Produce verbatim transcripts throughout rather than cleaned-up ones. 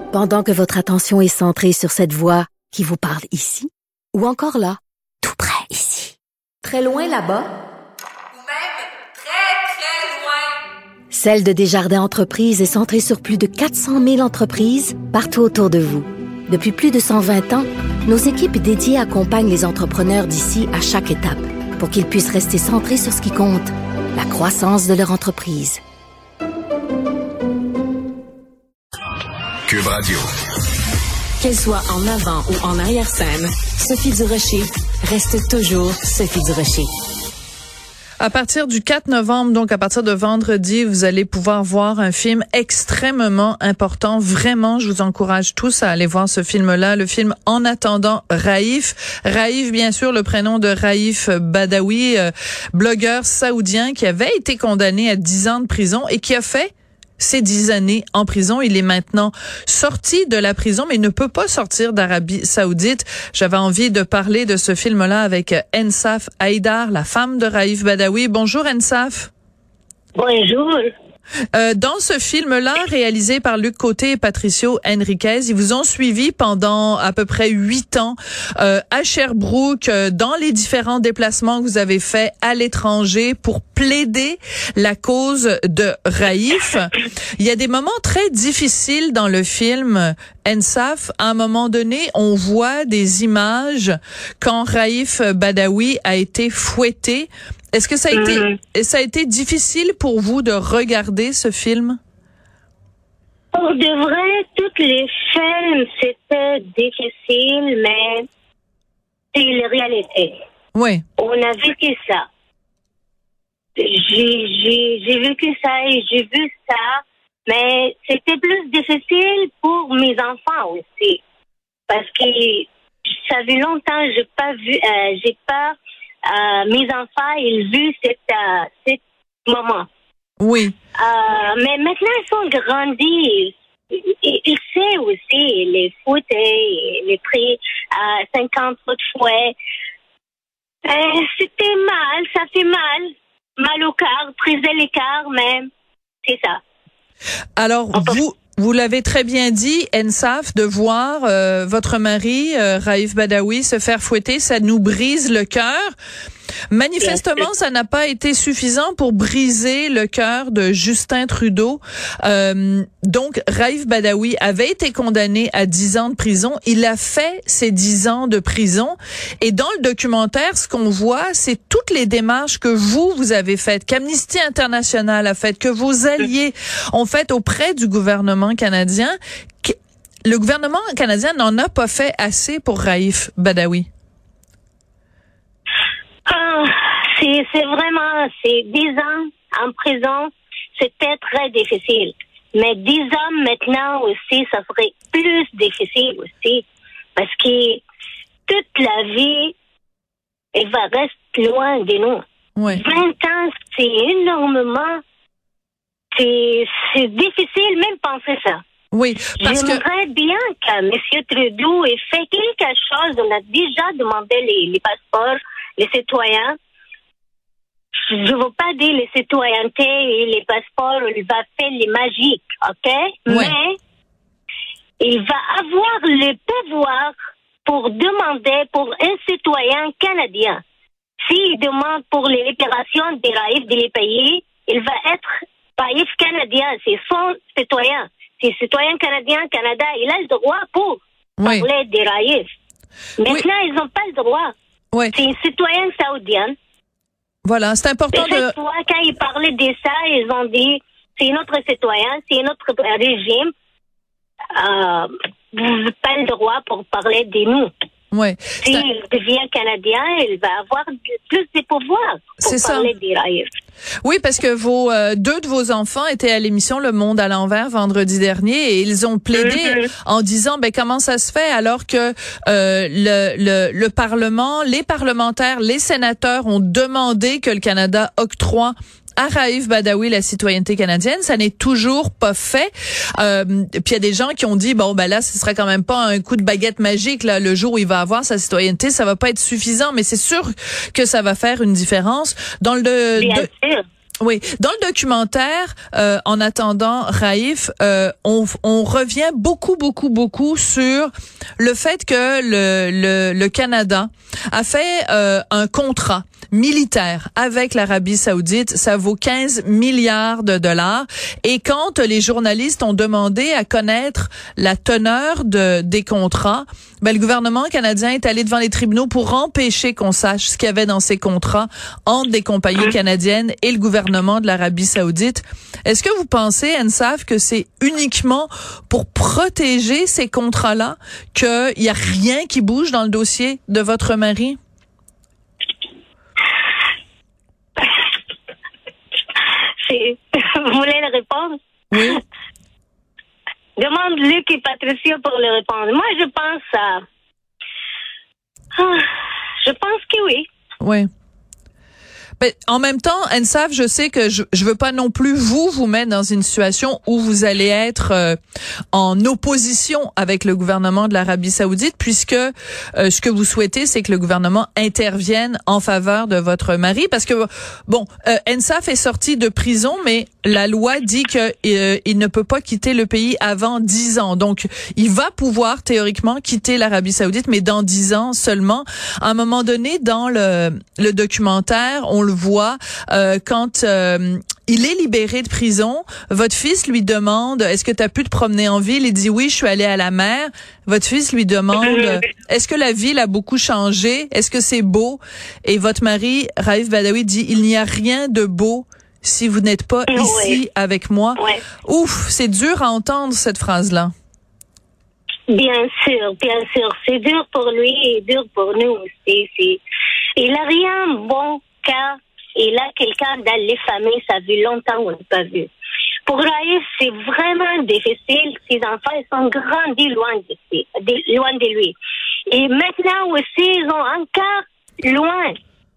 Pendant que votre attention est centrée sur cette voix qui vous parle ici, ou encore là, tout près ici, très loin là-bas, ou même très, très loin. Celle de Desjardins Entreprises est centrée sur plus de quatre cent mille entreprises partout autour de vous. Depuis plus de cent vingt ans, nos équipes dédiées accompagnent les entrepreneurs d'ici à chaque étape pour qu'ils puissent rester centrés sur ce qui compte, la croissance de leur entreprise. Cube Radio. Qu'elle soit en avant ou en arrière-scène, Sophie Durocher reste toujours Sophie Durocher. À partir du quatre novembre, donc à partir de vendredi, vous allez pouvoir voir un film extrêmement important. Vraiment, je vous encourage tous à aller voir ce film-là, le film En attendant Raif. Raif, bien sûr, le prénom de Raif Badawi, euh, blogueur saoudien qui avait été condamné à dix ans de prison et qui a fait ces dix années en prison. Il est maintenant sorti de la prison, mais il ne peut pas sortir d'Arabie Saoudite. J'avais envie de parler de ce film-là avec Ensaf Haïdar, la femme de Raif Badawi. Bonjour Ensaf. Bonjour. Euh, dans ce film-là, réalisé par Luc Côté et Patricio Henriquez, ils vous ont suivi pendant à peu près huit ans euh, à Sherbrooke, euh, dans les différents déplacements que vous avez faits à l'étranger pour plaider la cause de Raif. Il y a des moments très difficiles dans le film, Ensaf. À un moment donné, on voit des images quand Raif Badawi a été fouetté. Est-ce que ça a été mmh. ça a été difficile pour vous de regarder ce film? Pour de vrai, tous les films, c'était difficile, mais c'est la réalité. Oui. On a vécu ça. J'ai, j'ai, j'ai vécu ça et j'ai vu ça, mais c'était plus difficile pour mes enfants aussi. Parce que ça fait longtemps que j'ai pas vu, euh, j'ai pas Euh, mes enfants, ils vu cet, euh, cet moment. Oui. Euh, mais maintenant, ils sont grandis. Ils, ils, ils savent aussi les foot et les prix à cinquante fois. Euh, c'était mal, ça fait mal. Mal au cœur, briser les cœurs, mais c'est ça. Alors, On vous... Vous l'avez très bien dit, Ensaf, de voir euh, votre mari, euh, Raif Badawi, se faire fouetter, ça nous brise le cœur. Manifestement, ça n'a pas été suffisant pour briser le cœur de Justin Trudeau. Euh, donc, Raif Badawi avait été condamné à dix ans de prison. Il a fait ces dix ans de prison. Et dans le documentaire, ce qu'on voit, c'est toutes les démarches que vous, vous avez faites, qu'Amnesty International a faites, que vos alliés ont faites auprès du gouvernement canadien. Le gouvernement canadien n'en a pas fait assez pour Raif Badawi. Ah, c'est, c'est vraiment, c'est dix ans en prison, c'était très difficile. Mais dix ans maintenant aussi, ça serait plus difficile aussi. Parce que toute la vie, elle va rester loin de nous. Ouais. vingt ans, c'est énormément, c'est, c'est difficile même penser ça. Oui, parce J'aimerais que... bien que M. Trudeau ait fait quelque chose. On a déjà demandé les, les passeports, les citoyens. Je ne veux pas dire les citoyennetés et les passeports, il va faire les magiques, OK? Ouais. Mais il va avoir le pouvoir pour demander pour un citoyen canadien. S'il demande pour les réparations des Raif de les payer, il va être Raif canadien, c'est son citoyen. C'est citoyen canadien, Canada, il a le droit pour oui. parler des Raif. Maintenant, oui. ils n'ont pas le droit. Oui. C'est une citoyenne saoudienne. Voilà, c'est important Et cette de... fois, quand ils parlaient de ça, ils ont dit, c'est notre citoyen, c'est notre régime. Euh, vous n'avez pas le droit pour parler de nous. Ouais. S'il devient canadien, il va avoir plus de pouvoir pour c'est parler ça. des Raif. Oui, parce que vos euh, deux de vos enfants étaient à l'émission Le Monde à l'envers vendredi dernier et ils ont plaidé mm-hmm. en disant ben comment ça se fait alors que euh, le, le le Parlement, les parlementaires, les sénateurs ont demandé que le Canada octroie à Raif Badawi la citoyenneté canadienne, ça n'est toujours pas fait. Euh, puis il y a des gens qui ont dit bon ben là ce serait quand même pas un coup de baguette magique là le jour où il va avoir sa citoyenneté, ça va pas être suffisant, mais c'est sûr que ça va faire une différence dans le Bien de, sûr. Oui, dans le documentaire, euh, en attendant, Raif, euh, on, on revient beaucoup, beaucoup, beaucoup sur le fait que le, le, le Canada a fait euh, un contrat militaire avec l'Arabie Saoudite. Ça vaut quinze milliards de dollars. Et quand les journalistes ont demandé à connaître la teneur de, des contrats, ben, le gouvernement canadien est allé devant les tribunaux pour empêcher qu'on sache ce qu'il y avait dans ces contrats entre des compagnies canadiennes et le gouvernement de l'Arabie Saoudite. Est-ce que vous pensez, Ensaf, que c'est uniquement pour protéger ces contrats-là qu'il y a rien qui bouge dans le dossier de votre mari? C'est... Vous voulez le répondre? Oui. Demande Luc et Patricia pour le répondre. Moi, je pense à... Ah, je pense que oui. Oui. Ben, en même temps, Ensaf, je sais que je, je veux pas non plus vous vous mettre dans une situation où vous allez être euh, en opposition avec le gouvernement de l'Arabie Saoudite, puisque euh, ce que vous souhaitez, c'est que le gouvernement intervienne en faveur de votre mari, parce que bon, euh, Ensaf est sorti de prison, mais la loi dit que euh, il ne peut pas quitter le pays avant dix ans. Donc, il va pouvoir théoriquement quitter l'Arabie Saoudite, mais dans dix ans seulement. À un moment donné, dans le, le documentaire, on le voit euh, quand euh, il est libéré de prison. Votre fils lui demande, est-ce que tu as pu te promener en ville? Il dit oui, je suis allé à la mer. Votre fils lui demande, est-ce que la ville a beaucoup changé? Est-ce que c'est beau? Et votre mari, Raif Badawi, dit, il n'y a rien de beau si vous n'êtes pas oui. ici avec moi. Oui. Ouf, c'est dur à entendre cette phrase-là. Bien sûr, bien sûr. C'est dur pour lui et dur pour nous aussi. C'est... Il n'a rien bon car il a quelqu'un dans les familles, ça fait longtemps qu'on n'a pas vu. Pour Raif, c'est vraiment difficile. Ses enfants, ils sont grandis loin de, de, loin de lui. Et maintenant aussi, ils sont encore loin.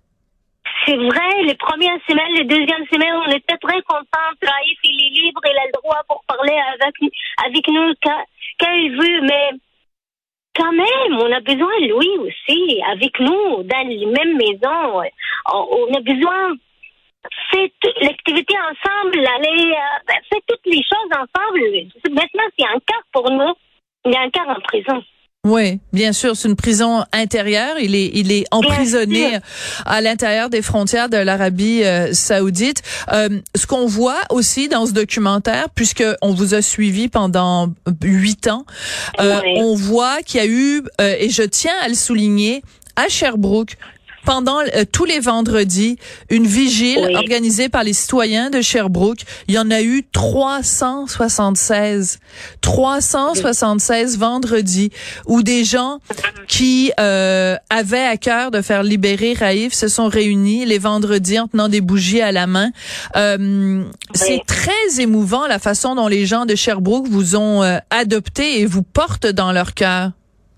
C'est vrai, les premières semaines, les deuxièmes semaines, on était très contents. Raif, il est libre, il a le droit pour parler avec, avec nous quand, quand il veut, mais quand même, on a besoin de lui aussi, avec nous, dans les mêmes maisons. On a besoin de faire toute l'activité ensemble, aller euh, faire toutes les choses ensemble. Maintenant, c'est un cas pour nous. Il est un cas en prison. Oui, bien sûr, c'est une prison intérieure. Il est, il est emprisonné à l'intérieur des frontières de l'Arabie euh, Saoudite. Euh, ce qu'on voit aussi dans ce documentaire, puisque on vous a suivi pendant huit ans, euh, oui. on voit qu'il y a eu, euh, et je tiens à le souligner, à Sherbrooke, pendant euh, tous les vendredis, une vigile oui. organisée par les citoyens de Sherbrooke. Il y en a eu trois cent soixante-seize. trois cent soixante-seize vendredis où des gens qui euh, avaient à cœur de faire libérer Raif se sont réunis les vendredis en tenant des bougies à la main. Euh, oui. C'est très émouvant la façon dont les gens de Sherbrooke vous ont euh, adopté et vous portent dans leur cœur.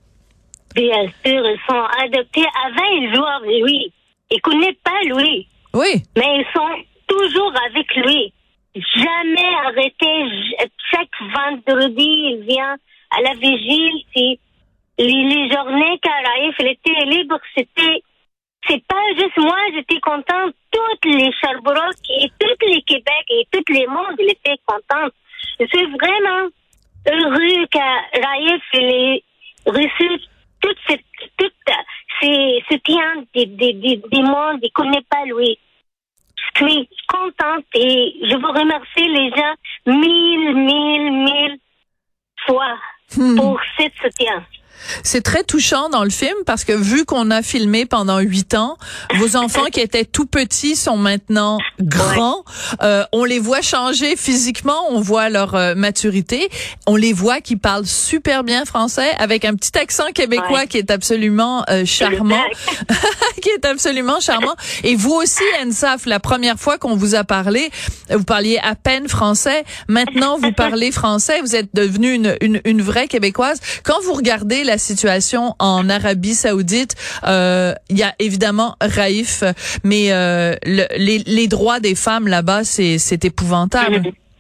Bien sûr, ils sont adoptés. Avant, ils jouaient avec lui. Ils ne connaissent pas lui. Oui. Mais ils sont toujours avec lui. Jamais arrêté. Chaque vendredi, il vient à la vigile. C'est les, les journées qu'Araïf était libre, c'était... C'est pas juste moi, j'étais contente. Toutes les Sherbrooke et tous les Québec et tous les mondes, ils étaient contents. Je suis vraiment heureux qu'Araïf ait reçu tout ce, tout ces soutiens des, des, des, des mondes, ils ne connaissent pas lui. Je suis contente et je vous remercie les gens mille, mille, mille fois hmm. pour ce soutien. C'est très touchant dans le film parce que vu qu'on a filmé pendant huit ans, vos enfants qui étaient tout petits sont maintenant grands. Ouais. Euh, on les voit changer physiquement, on voit leur euh, maturité. On les voit qui parlent super bien français avec un petit accent québécois ouais. qui est absolument euh, charmant. qui est absolument charmant. Et vous aussi, Ensaf, la première fois qu'on vous a parlé, vous parliez à peine français. Maintenant, vous parlez français. Vous êtes devenue une, une, une vraie Québécoise. Quand vous regardez la situation en Arabie Saoudite, euh, il y a évidemment Raif, mais euh, le, les, les droits des femmes là-bas, c'est, c'est épouvantable.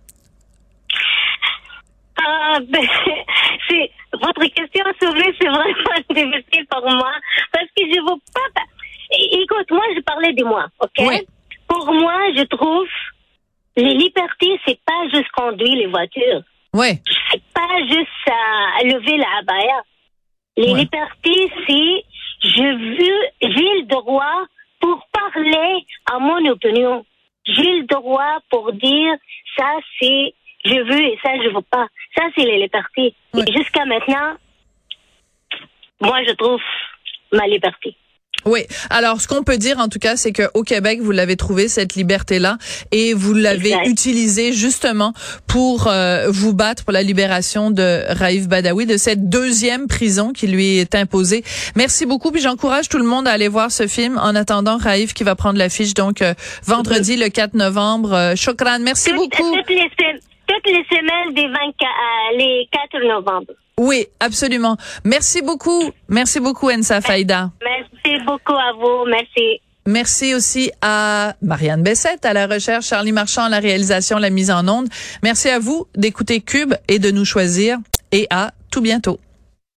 Ah, ben, c'est, votre question soulevée, c'est vraiment difficile pour moi, parce que je ne veux pas... Écoute, moi, je parlais de moi, OK? Oui. Pour moi, je trouve les libertés, c'est pas juste conduire les voitures. Ouais. C'est pas juste à lever la abaya. Les Ouais. libertés, c'est je veux, j'ai le droit pour parler à mon opinion. J'ai le droit pour dire ça c'est je veux et ça je veux pas. Ça c'est les libertés. Ouais. Et jusqu'à maintenant, moi je trouve ma liberté. Oui. Alors, ce qu'on peut dire, en tout cas, c'est que au Québec, vous l'avez trouvé, cette liberté-là, et vous l'avez Exact. utilisée justement pour euh, vous battre pour la libération de Raif Badawi, de cette deuxième prison qui lui est imposée. Merci beaucoup, puis j'encourage tout le monde à aller voir ce film. En attendant, Raif qui va prendre l'affiche, donc, euh, vendredi, le quatre novembre. Euh, Shokran, merci Toutes, beaucoup. toutes les, sem- toutes les semaines des vingt-quatre, euh, les quatre novembre. Oui, absolument. Merci beaucoup. Merci beaucoup, Ensa Faïda. Merci beaucoup à vous. Merci. Merci aussi à Marianne Bessette, à la recherche, Charlie Marchand, à la réalisation, la mise en onde. Merci à vous d'écouter Cube et de nous choisir. Et à tout bientôt.